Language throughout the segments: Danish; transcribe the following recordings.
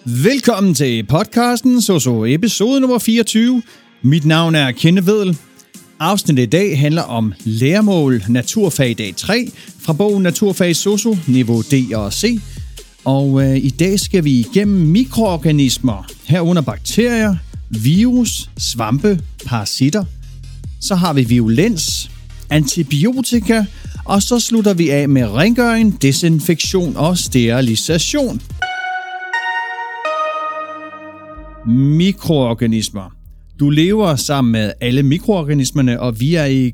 Velkommen til podcasten Soso episode nummer 24. Mit navn er Kenneth Vedel. Afsnittet i dag handler om læremål naturfag dag 3 fra bogen Naturfag Soso niveau D og C. Og i dag skal vi igennem mikroorganismer, herunder bakterier, virus, svampe, parasitter. Så har vi virulens, antibiotika, og så slutter vi af med rengøring, desinfektion og sterilisation. Mikroorganismer. Du lever sammen med alle mikroorganismerne, og vi er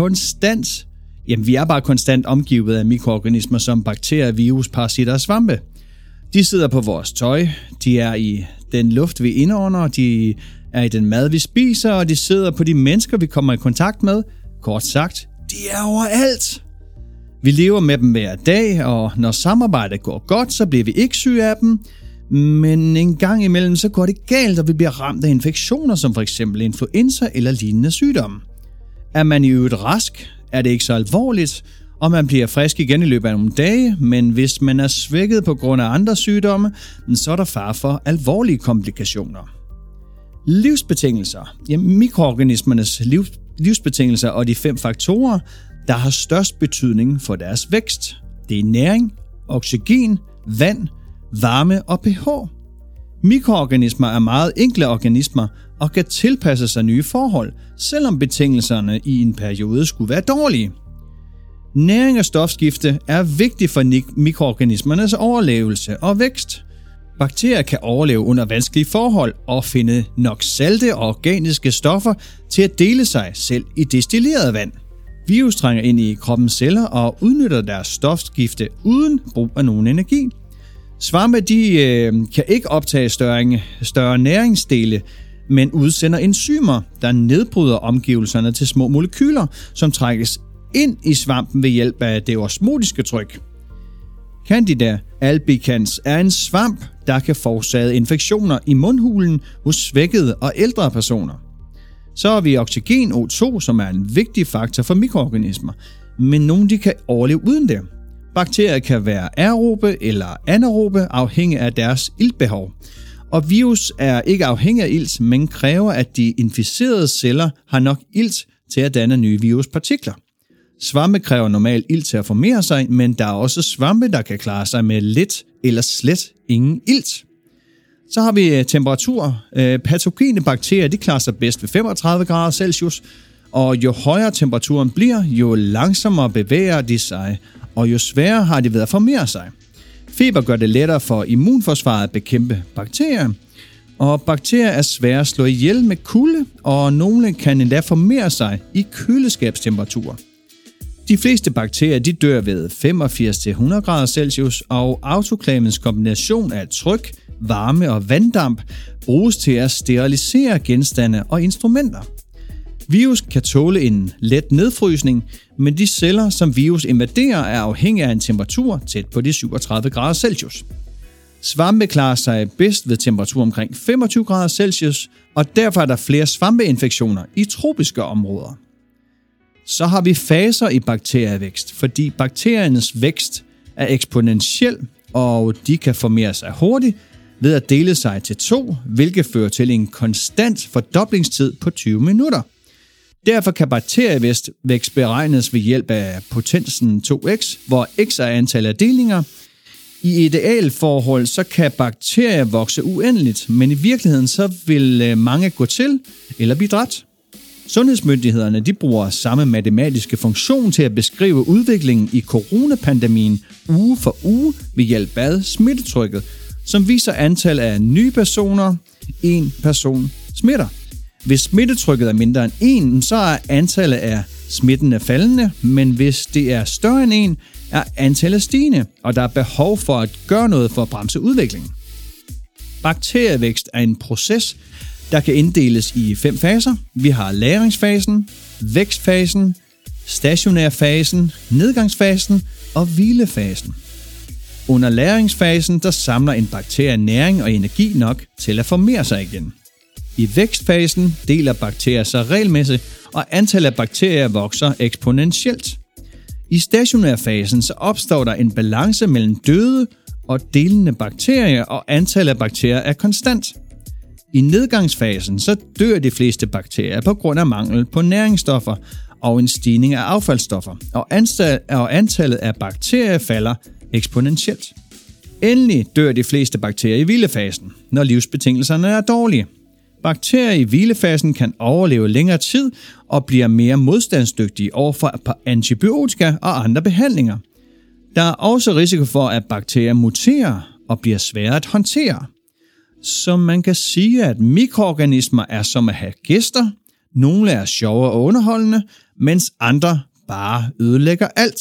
bare konstant omgivet af mikroorganismer som bakterier, virus, parasitter og svampe. De sidder på vores tøj, de er i den luft, vi indånder, de er i den mad, vi spiser, og de sidder på de mennesker, vi kommer i kontakt med. Kort sagt, de er overalt. Vi lever med dem hver dag, og når samarbejdet går godt, så bliver vi ikke syge af dem. Men en gang imellem, så går det galt, og vi bliver ramt af infektioner, som for eksempel influenza eller lignende sygdomme. Er man i øvrigt rask, er det ikke så alvorligt, og man bliver frisk igen i løbet af nogle dage, men hvis man er svækket på grund af andre sygdomme, så er der fare for alvorlige komplikationer. Livsbetingelser. Mikroorganismernes livsbetingelser og de 5 faktorer, der har størst betydning for deres vækst. Det er næring, oxygen, vand, varme og pH. Mikroorganismer er meget enkle organismer og kan tilpasse sig nye forhold, selvom betingelserne i en periode skulle være dårlige. Næring og stofskifte er vigtigt for mikroorganismernes overlevelse og vækst. Bakterier kan overleve under vanskelige forhold og finde nok salte og organiske stoffer til at dele sig selv i destilleret vand. Virus trænger ind i kroppens celler og udnytter deres stofskifte uden brug af nogen energi. Svampe kan ikke optage større næringsdele, men udsender enzymer, der nedbryder omgivelserne til små molekyler, som trækkes ind i svampen ved hjælp af det osmotiske tryk. Candida albicans er en svamp, der kan forårsage infektioner i mundhulen hos svækkede og ældre personer. Så har vi oxygen O2, som er en vigtig faktor for mikroorganismer, men nogle kan overleve uden det. Bakterier kan være aerobe eller anaerobe afhængig af deres iltbehov. Og virus er ikke afhængig af ilt, men kræver, at de inficerede celler har nok ilt til at danne nye viruspartikler. Svampe kræver normalt ilt til at formere sig, men der er også svampe, der kan klare sig med lidt eller slet ingen ilt. Så har vi temperatur. Patogene bakterier de klarer sig bedst ved 35 grader Celsius, og jo højere temperaturen bliver, jo langsommere bevæger de sig, og jo sværere har de ved at formere sig. Feber gør det lettere for immunforsvaret at bekæmpe bakterier, og bakterier er svære at slå ihjel med kulde, og nogle kan endda formere sig i køleskabstemperatur. De fleste bakterier de dør ved 85-100 grader Celsius, og autoklavens kombination af tryk, varme og vanddamp bruges til at sterilisere genstande og instrumenter. Virus kan tåle en let nedfrysning, men de celler, som virus invaderer, er afhængige af en temperatur tæt på de 37 grader Celsius. Svampe klarer sig bedst ved temperatur omkring 25 grader Celsius, og derfor er der flere svampeinfektioner i tropiske områder. Så har vi faser i bakterievækst, fordi bakteriernes vækst er eksponentiel, og de kan formere sig hurtigt ved at dele sig til 2, hvilket fører til en konstant fordoblingstid på 20 minutter. Derfor kan bakterievækst beregnes ved hjælp af potensen 2x, hvor x er antallet af delinger. I idealforhold så kan bakterier vokse uendeligt, men i virkeligheden så vil mange gå til eller blive dræbt. Sundhedsmyndighederne de bruger samme matematiske funktion til at beskrive udviklingen i coronapandemien uge for uge ved hjælp af smittetrykket, som viser antal af nye personer, en person smitter. Hvis smittetrykket er mindre end 1, så er antallet af smittende faldende, men hvis det er større end 1, er antallet stigende, og der er behov for at gøre noget for at bremse udviklingen. Bakterievækst er en proces, der kan inddeles i 5 faser. Vi har lagringsfasen, vækstfasen, stationærfasen, nedgangsfasen og hvilefasen. Under lagringsfasen, der samler en bakterie næring og energi nok til at formere sig igen. I vækstfasen deler bakterier sig regelmæssigt, og antallet af bakterier vokser eksponentielt. I stationærfasen så opstår der en balance mellem døde og delende bakterier, og antallet af bakterier er konstant. I nedgangsfasen så dør de fleste bakterier på grund af mangel på næringsstoffer og en stigning af affaldsstoffer, og antallet af bakterier falder eksponentielt. Endelig dør de fleste bakterier i hvilefasen, når livsbetingelserne er dårlige. Bakterier i hvilefasen kan overleve længere tid og bliver mere modstandsdygtige overfor antibiotika og andre behandlinger. Der er også risiko for, at bakterier muterer og bliver svære at håndtere. Så man kan sige, at mikroorganismer er som at have gæster. Nogle er sjove og underholdende, mens andre bare ødelægger alt.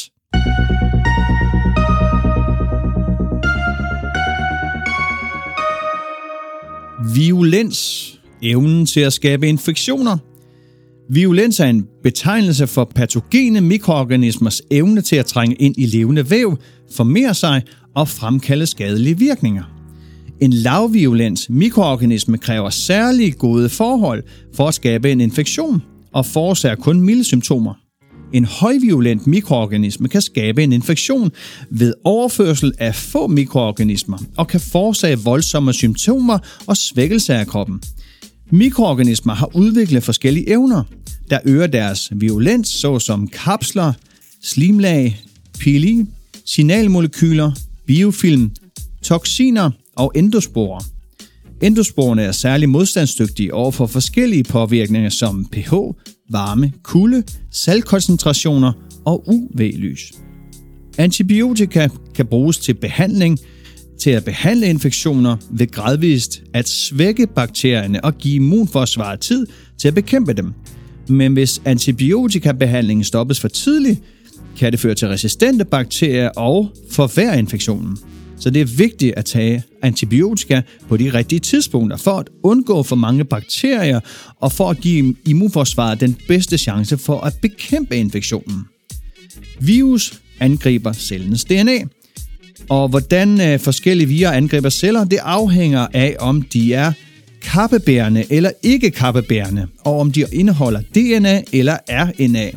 Virulens. Evnen til at skabe infektioner. Virulens er en betegnelse for patogene mikroorganismers evne til at trænge ind i levende væv, formere sig og fremkalde skadelige virkninger. En lavvirulent mikroorganisme kræver særlige gode forhold for at skabe en infektion og forårsager kun milde symptomer. En højvirulent mikroorganisme kan skabe en infektion ved overførsel af få mikroorganismer og kan forårsage voldsomme symptomer og svækkelse af kroppen. Mikroorganismer har udviklet forskellige evner, der øger deres virulens, såsom kapsler, slimlag, pili, signalmolekyler, biofilm, toksiner og endosporer. Endosporene er særligt modstandsdygtige over for forskellige påvirkninger som pH, varme, kulde, saltkoncentrationer og UV-lys. Antibiotika kan bruges til at behandle infektioner ved gradvist at svække bakterierne og give immunforsvaret tid til at bekæmpe dem. Men hvis antibiotikabehandlingen stoppes for tidligt, kan det føre til resistente bakterier og forværre infektionen. Så det er vigtigt at tage antibiotika på de rigtige tidspunkter for at undgå for mange bakterier og for at give immunforsvaret den bedste chance for at bekæmpe infektionen. Virus angriber cellens DNA, og hvordan forskellige virer angriber celler, det afhænger af, om de er kappebærende eller ikke kappebærende, og om de indeholder DNA eller RNA.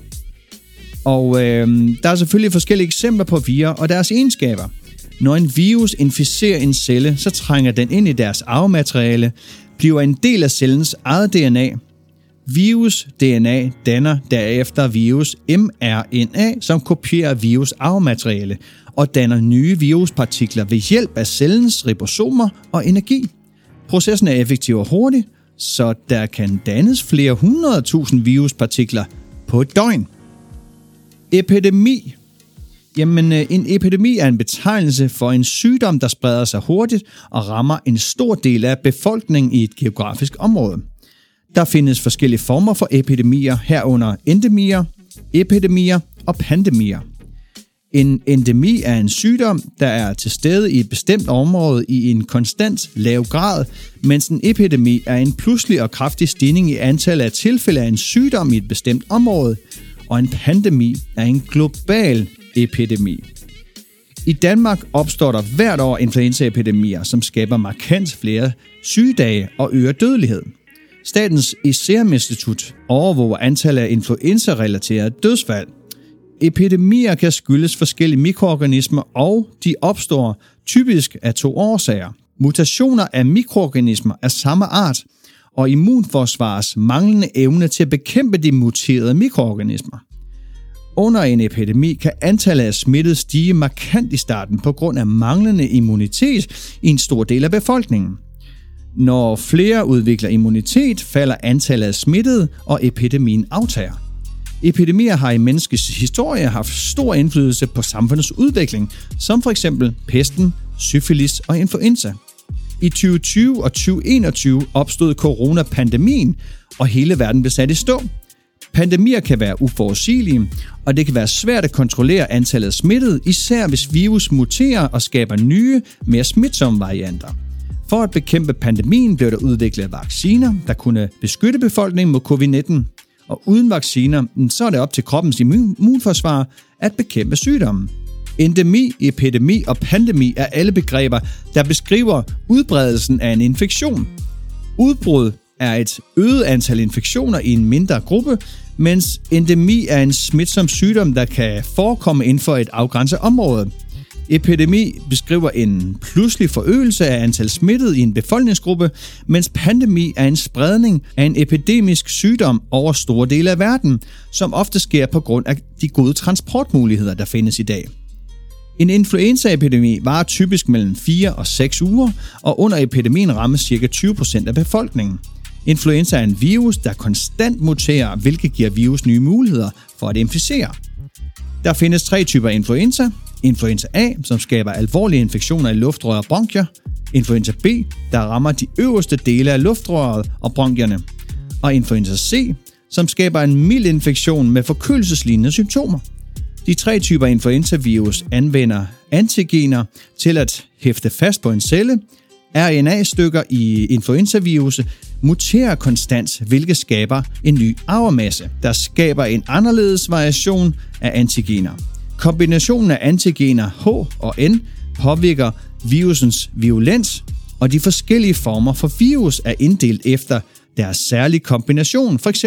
Og der er selvfølgelig forskellige eksempler på virer og deres egenskaber. Når en virus inficerer en celle, så trænger den ind i deres arvemateriale, bliver en del af cellens eget DNA. Virus-DNA danner derefter virus-mRNA, som kopierer virus arvemateriale og danner nye viruspartikler ved hjælp af cellens ribosomer og energi. Processen er effektiv og hurtig, så der kan dannes flere 100.000 viruspartikler på et døgn. Epidemi. Jamen, en epidemi er en betegnelse for en sygdom, der spreder sig hurtigt og rammer en stor del af befolkningen i et geografisk område. Der findes forskellige former for epidemier, herunder endemier, epidemier og pandemier. En endemi er en sygdom, der er til stede i et bestemt område i en konstant lav grad, mens en epidemi er en pludselig og kraftig stigning i antallet af tilfælde af en sygdom i et bestemt område, og en pandemi er en global epidemi. I Danmark opstår der hvert år influenzaepidemier, som skaber markant flere sygedage og øger dødelighed. Statens Serum Institut overvåger antallet af influenza-relaterede dødsfald. Epidemier kan skyldes forskellige mikroorganismer, og de opstår typisk af 2 årsager. Mutationer af mikroorganismer af samme art, og immunforsvarets manglende evne til at bekæmpe de muterede mikroorganismer. Under en epidemi kan antallet af smittede stige markant i starten på grund af manglende immunitet i en stor del af befolkningen. Når flere udvikler immunitet, falder antallet af smittede, og epidemien aftager. Epidemier har i menneskets historie haft stor indflydelse på samfundets udvikling, som for eksempel pesten, syfilis og influenza. I 2020 og 2021 opstod coronapandemien, og hele verden blev sat i stå. Pandemier kan være uforudsigelige, og det kan være svært at kontrollere antallet af smittede, især hvis virus muterer og skaber nye, mere smitsomme varianter. For at bekæmpe pandemien blev der udviklet vacciner, der kunne beskytte befolkningen mod covid-19. Og uden vacciner, så er det op til kroppens immunforsvar at bekæmpe sygdommen. Endemi, epidemi og pandemi er alle begreber, der beskriver udbredelsen af en infektion. Udbrud er et øget antal infektioner i en mindre gruppe, mens endemi er en smitsom sygdom, der kan forekomme inden for et afgrænset område. Epidemi beskriver en pludselig forøgelse af antal smittede i en befolkningsgruppe, mens pandemi er en spredning af en epidemisk sygdom over store dele af verden, som ofte sker på grund af de gode transportmuligheder, der findes i dag. En influenzaepidemi varer typisk mellem 4 og 6 uger, og under epidemien rammes ca. 20% af befolkningen. Influenza er en virus, der konstant muterer, hvilket giver virus nye muligheder for at inficere. Der findes 3 typer influenza. Influenza A, som skaber alvorlige infektioner i luftrør og bronkier. Influenza B, der rammer de øverste dele af luftrøret og bronkierne. Og influenza C, som skaber en mild infektion med forkølelseslignende symptomer. De 3 typer influenzavirus anvender antigener til at hæfte fast på en celle. RNA-stykker i influenzavirus muterer konstant, hvilket skaber en ny arvemasse, der skaber en anderledes variation af antigener. Kombinationen af antigener H og N påvirker virusens virulens, og de forskellige former for virus er inddelt efter deres særlige kombination, f.eks.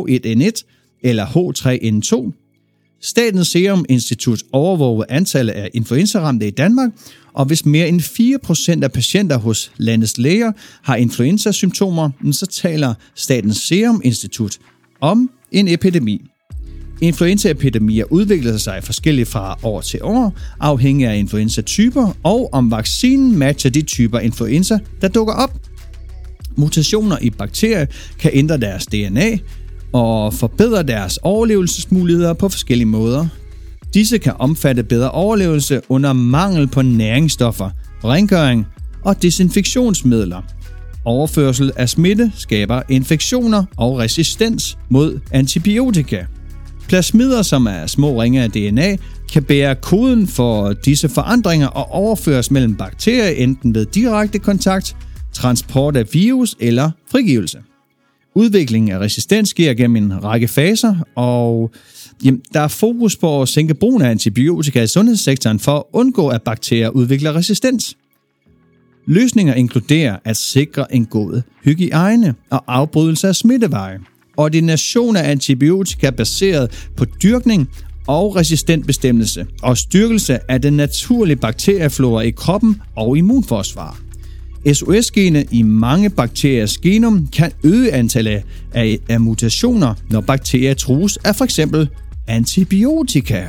H1N1 eller H3N2. Statens Serum Institut overvåger antallet af influenzaramte i Danmark, og hvis mere end 4% af patienter hos landets læger har influenzasymptomer, så taler Statens Serum Institut om en epidemi. Influenzaepidemier udvikler sig forskelligt fra år til år, afhængig af influenzatyper og om vaccinen matcher de typer influenza, der dukker op. Mutationer i bakterier kan ændre deres DNA og forbedre deres overlevelsesmuligheder på forskellige måder. Disse kan omfatte bedre overlevelse under mangel på næringsstoffer, rengøring og desinfektionsmidler. Overførsel af smitte skaber infektioner og resistens mod antibiotika. Plasmider, som er små ringe af DNA, kan bære koden for disse forandringer og overføres mellem bakterier enten ved direkte kontakt, transport af virus eller frigivelse. Udviklingen af resistens sker gennem en række faser, og der er fokus på at sænke brugen af antibiotika i sundhedssektoren for at undgå, at bakterier udvikler resistens. Løsninger inkluderer at sikre en god hygiejne og afbrydelse af smitteveje, ordination af antibiotika baseret på dyrkning og resistensbestemmelse og styrkelse af den naturlige bakterieflora i kroppen og immunforsvar. SOS-genet i mange bakteriers genom kan øge antallet af mutationer, når bakterier trues af f.eks. antibiotika.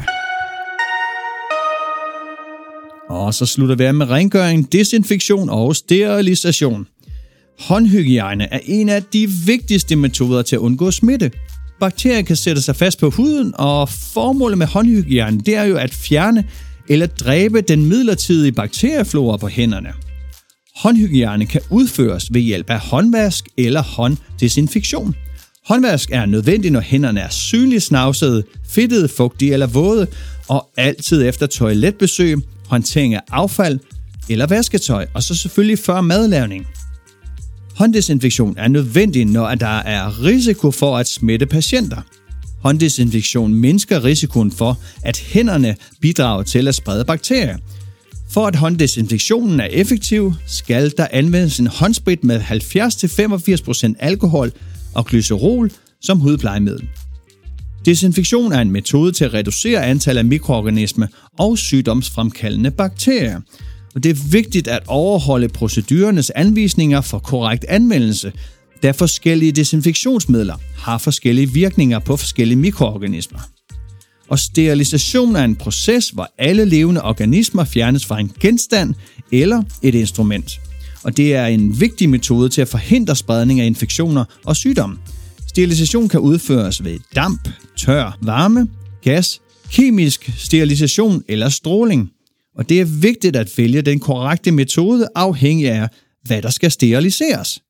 Og så slutter vi af med rengøring, desinfektion og sterilisation. Håndhygiejne er en af de vigtigste metoder til at undgå smitte. Bakterier kan sætte sig fast på huden, og formålet med håndhygiejne det er jo at fjerne eller dræbe den midlertidige bakterieflora på hænderne. Håndhygiejne kan udføres ved hjælp af håndvask eller hånddesinfektion. Håndvask er nødvendigt, når hænderne er synligt snavsede, fedtede, fugtige eller våde, og altid efter toiletbesøg, håndtering af affald eller vasketøj, og så selvfølgelig før madlavning. Hånddesinfektion er nødvendig, når der er risiko for at smitte patienter. Hånddesinfektion mindsker risikoen for, at hænderne bidrager til at sprede bakterier. For at hånddesinfektionen er effektiv, skal der anvendes en håndsprit med 70-85% alkohol og glycerol som hudplejemiddel. Desinfektion er en metode til at reducere antallet af mikroorganismer og sygdomsfremkaldende bakterier. Og det er vigtigt at overholde procedurernes anvisninger for korrekt anvendelse, da forskellige desinfektionsmidler har forskellige virkninger på forskellige mikroorganismer. Og sterilisation er en proces, hvor alle levende organismer fjernes fra en genstand eller et instrument. Og det er en vigtig metode til at forhindre spredning af infektioner og sygdomme. Sterilisation kan udføres ved damp, tør, varme, gas, kemisk sterilisation eller stråling. Og det er vigtigt at vælge den korrekte metode afhængig af, hvad der skal steriliseres.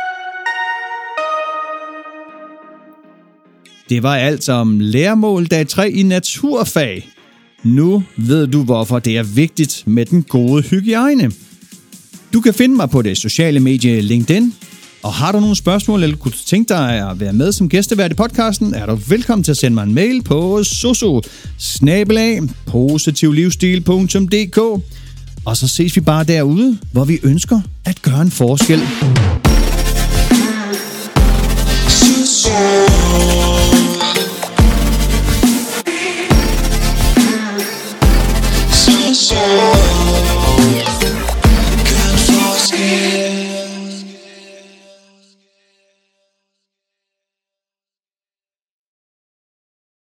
Det var alt om læremål dag 3 i naturfag. Nu ved du, hvorfor det er vigtigt med den gode hygiejne. Du kan finde mig på det sociale medie LinkedIn. Og har du nogle spørgsmål, eller kunne du tænke dig at være med som gæstevært i podcasten, er du velkommen til at sende mig en mail på soso@positivlivsstil.dk. Og så ses vi bare derude, hvor vi ønsker at gøre en forskel. So